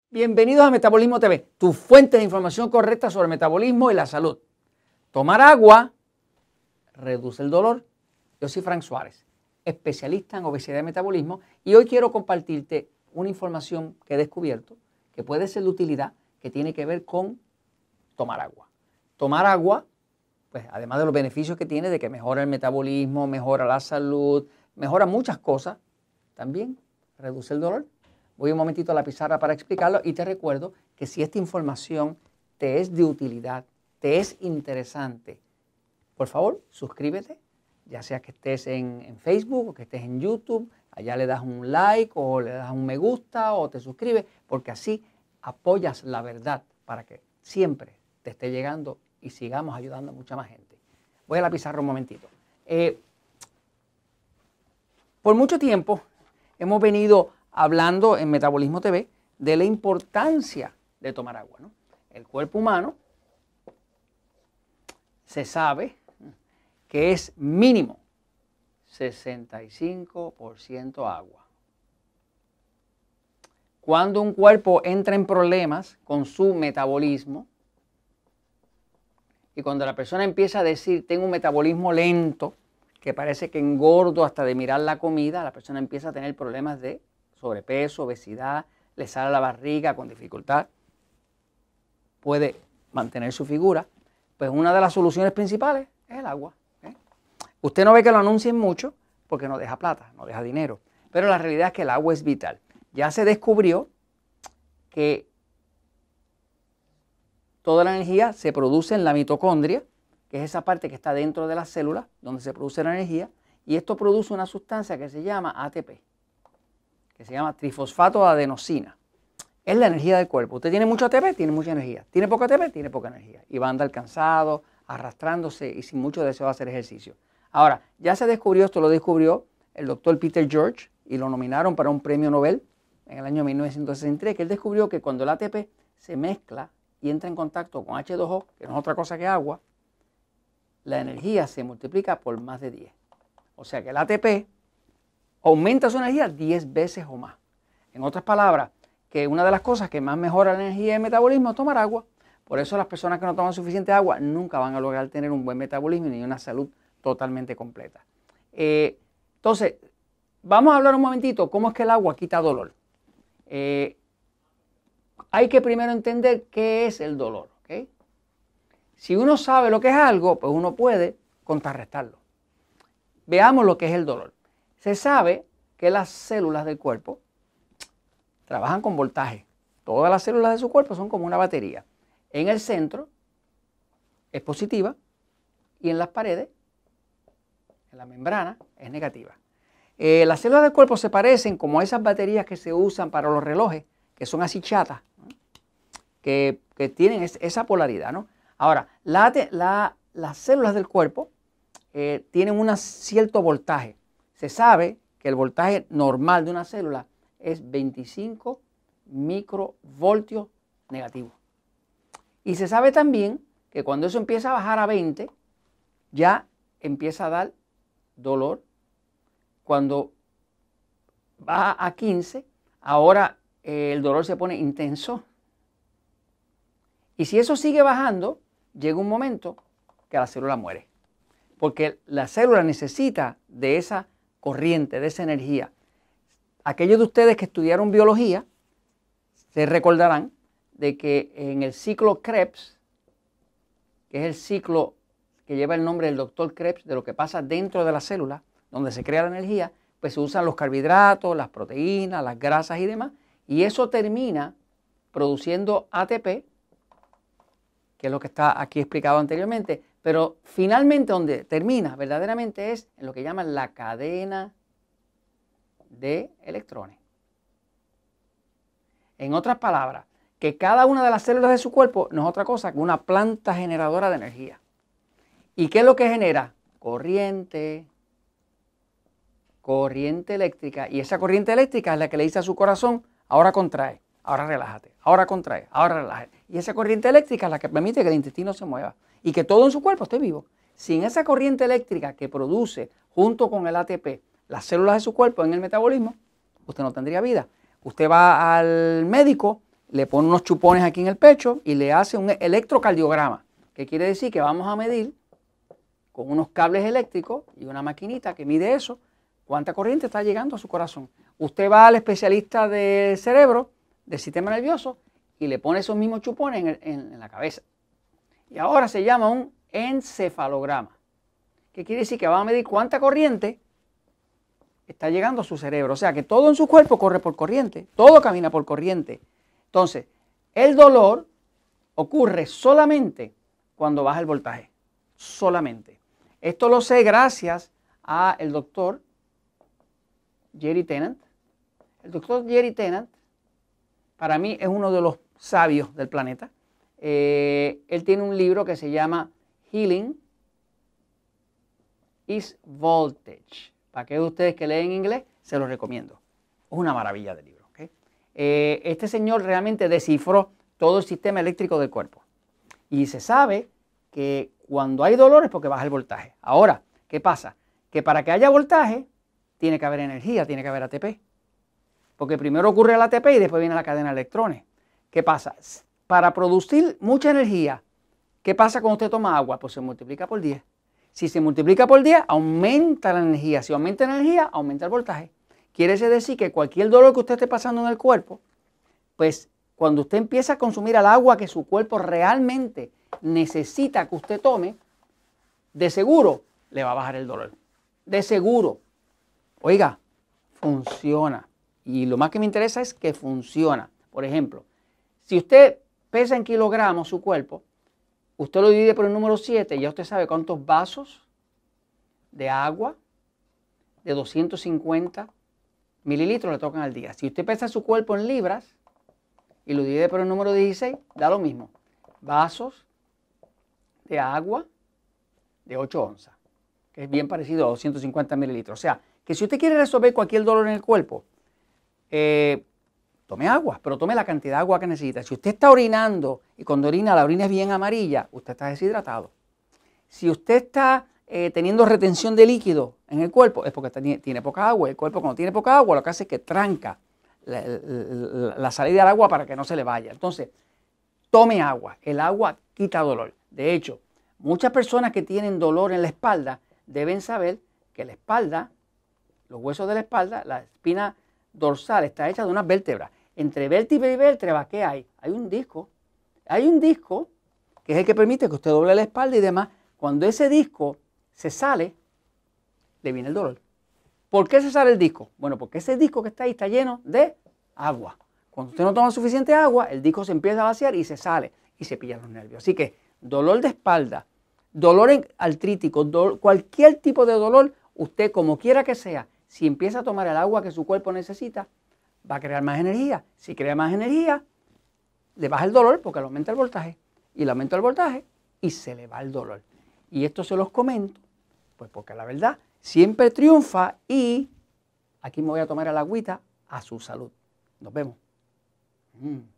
Bienvenidos a Metabolismo TV, tu fuente de información correcta sobre el metabolismo y la salud. Tomar agua reduce el dolor. Yo soy Frank Suárez, especialista en obesidad y metabolismo, y hoy quiero compartirte una información que he descubierto que puede ser de utilidad, que tiene que ver con tomar agua. Tomar agua, pues además de los beneficios que tiene de que mejora el metabolismo, mejora la salud, mejora muchas cosas, también reduce el dolor. Voy un momentito a la pizarra para explicarlo y te recuerdo que si esta información te es de utilidad, te es interesante, por favor, suscríbete, ya sea que estés en Facebook o que estés en YouTube, allá le das un like o le das un me gusta o te suscribes, porque así apoyas la verdad para que siempre te esté llegando y sigamos ayudando a mucha más gente. Voy a la pizarra un momentito. Por mucho tiempo hemos venido hablando en Metabolismo TV de la importancia de tomar agua, ¿no? El cuerpo humano se sabe que es mínimo 65% agua. Cuando un cuerpo entra en problemas con su metabolismo y cuando la persona empieza a decir tengo un metabolismo lento, que parece que engordo hasta de mirar la comida, la persona empieza a tener problemas de sobrepeso, obesidad, le sale la barriga con dificultad, puede mantener su figura, pues una de las soluciones principales es el agua. Usted no ve que lo anuncien mucho porque no deja plata, no deja dinero, pero la realidad es que el agua es vital. Ya se descubrió que toda la energía se produce en la mitocondria, que es esa parte que está dentro de las células, donde se produce la energía, y esto produce una sustancia que se llama ATP, que se llama trifosfato de adenosina. Es la energía del cuerpo. Usted tiene mucho ATP, tiene mucha energía. Tiene poco ATP, tiene poca energía. Y va a andar cansado, arrastrándose y sin mucho deseo de hacer ejercicio. Ahora, ya se descubrió, esto lo descubrió el doctor Peter George y lo nominaron para un premio Nobel en el año 1963, que él descubrió que cuando el ATP se mezcla y entra en contacto con H2O, que no es otra cosa que agua, la energía se multiplica por más de 10. O sea que el ATP aumenta su energía 10 veces o más. En otras palabras, que una de las cosas que más mejora la energía y el metabolismo es tomar agua. Por eso las personas que no toman suficiente agua nunca van a lograr tener un buen metabolismo ni una salud totalmente completa. Entonces, vamos a hablar un momentito cómo es que el agua quita dolor. Hay que primero entender qué es el dolor. ¿Okay? Si uno sabe lo que es algo, pues uno puede contrarrestarlo. Veamos lo que es el dolor. Se sabe que las células del cuerpo trabajan con voltaje. Todas las células de su cuerpo son como una batería. En el centro es positiva y en las paredes, en la membrana, es negativa. Las células del cuerpo se parecen como a esas baterías que se usan para los relojes, que son así chatas, ¿no? que tienen esa polaridad, ¿no? Ahora, las células del cuerpo tienen un cierto voltaje. Se sabe que el voltaje normal de una célula es 25 microvoltios negativos. Y se sabe también que cuando eso empieza a bajar a 20, ya empieza a dar dolor. Cuando va a 15, ahora el dolor se pone intenso. Y si eso sigue bajando, llega un momento que la célula muere. Porque la célula necesita de esa corriente, de esa energía. Aquellos de ustedes que estudiaron biología se recordarán de que en el ciclo Krebs, que es el ciclo que lleva el nombre del doctor Krebs, de lo que pasa dentro de la célula, donde se crea la energía, pues se usan los carbohidratos, las proteínas, las grasas y demás, y eso termina produciendo ATP, que es lo que está aquí explicado anteriormente, pero finalmente donde termina verdaderamente es en lo que llaman la cadena de electrones. En otras palabras, que cada una de las células de su cuerpo no es otra cosa que una planta generadora de energía. ¿Y qué es lo que genera? Corriente eléctrica. Y esa corriente eléctrica es la que le dice a su corazón, ahora contrae, ahora relájate, ahora contrae, ahora relájate. Y esa corriente eléctrica es la que permite que el intestino se mueva y que todo en su cuerpo esté vivo. Sin esa corriente eléctrica que produce junto con el ATP las células de su cuerpo en el metabolismo, usted no tendría vida. Usted va al médico le pone unos chupones aquí en el pecho y le hace un electrocardiograma, que quiere decir que vamos a medir con unos cables eléctricos y una maquinita que mide eso, cuánta corriente está llegando a su corazón. Usted va al especialista del cerebro, del sistema nervioso, y le pone esos mismos chupones en la cabeza. Y ahora se llama un encefalograma, que quiere decir que va a medir cuánta corriente está llegando a su cerebro. O sea que todo en su cuerpo corre por corriente, todo camina por corriente. Entonces, el dolor ocurre solamente cuando baja el voltaje, solamente. Esto lo sé gracias al doctor Jerry Tennant. El doctor Jerry Tennant, para mí, es uno de los sabios del planeta. Él tiene un libro que se llama Healing is Voltage. Para aquellos de ustedes que leen inglés, se los recomiendo. Es una maravilla de libro. ¿Okay? Este señor realmente descifró todo el sistema eléctrico del cuerpo. Y se sabe que cuando hay dolor es porque baja el voltaje. Ahora, ¿qué pasa? Que para que haya voltaje, tiene que haber energía, tiene que haber ATP. Porque primero ocurre el ATP y después viene la cadena de electrones. ¿Qué pasa? Para producir mucha energía, ¿qué pasa cuando usted toma agua? Pues se multiplica por 10. Si se multiplica por 10, aumenta la energía. Si aumenta la energía, aumenta el voltaje. Quiere decir que cualquier dolor que usted esté pasando en el cuerpo, pues cuando usted empieza a consumir el agua que su cuerpo realmente necesita que usted tome, de seguro le va a bajar el dolor. De seguro. Oiga, funciona. Y lo más que me interesa es que funciona. Por ejemplo, si usted pesa en kilogramos su cuerpo, usted lo divide por el número 7 y ya usted sabe cuántos vasos de agua de 250 mililitros le tocan al día. Si usted pesa su cuerpo en libras y lo divide por el número 16, da lo mismo. Vasos de agua de 8 onzas, que es bien parecido a 250 mililitros. O sea, que si usted quiere resolver cualquier dolor en el cuerpo, tome agua, pero tome la cantidad de agua que necesita. Si usted está orinando y cuando orina la orina es bien amarilla, usted está deshidratado. Si usted está teniendo retención de líquido en el cuerpo, es porque tiene poca agua. El cuerpo cuando tiene poca agua lo que hace es que tranca la salida del agua para que no se le vaya. Entonces, tome agua. El agua quita dolor. De hecho, muchas personas que tienen dolor en la espalda deben saber que la espalda, los huesos de la espalda, la espina dorsal está hecha de unas vértebras. Entre vértebra y vértebra, ¿qué hay? Hay un disco. Hay un disco que es el que permite que usted doble la espalda y demás. Cuando ese disco se sale, le viene el dolor. ¿Por qué se sale el disco? Bueno, porque ese disco que está ahí está lleno de agua. Cuando usted no toma suficiente agua, el disco se empieza a vaciar y se sale y se pillan los nervios. Así que dolor de espalda, dolor artrítico, cualquier tipo de dolor, usted como quiera que sea, si empieza a tomar el agua que su cuerpo necesita, va a crear más energía. Si crea más energía, le baja el dolor porque le aumenta el voltaje. Y le aumenta el voltaje y se le va el dolor. Y esto se los comento, pues porque la verdad siempre triunfa y aquí me voy a tomar el agüita a su salud. Nos vemos.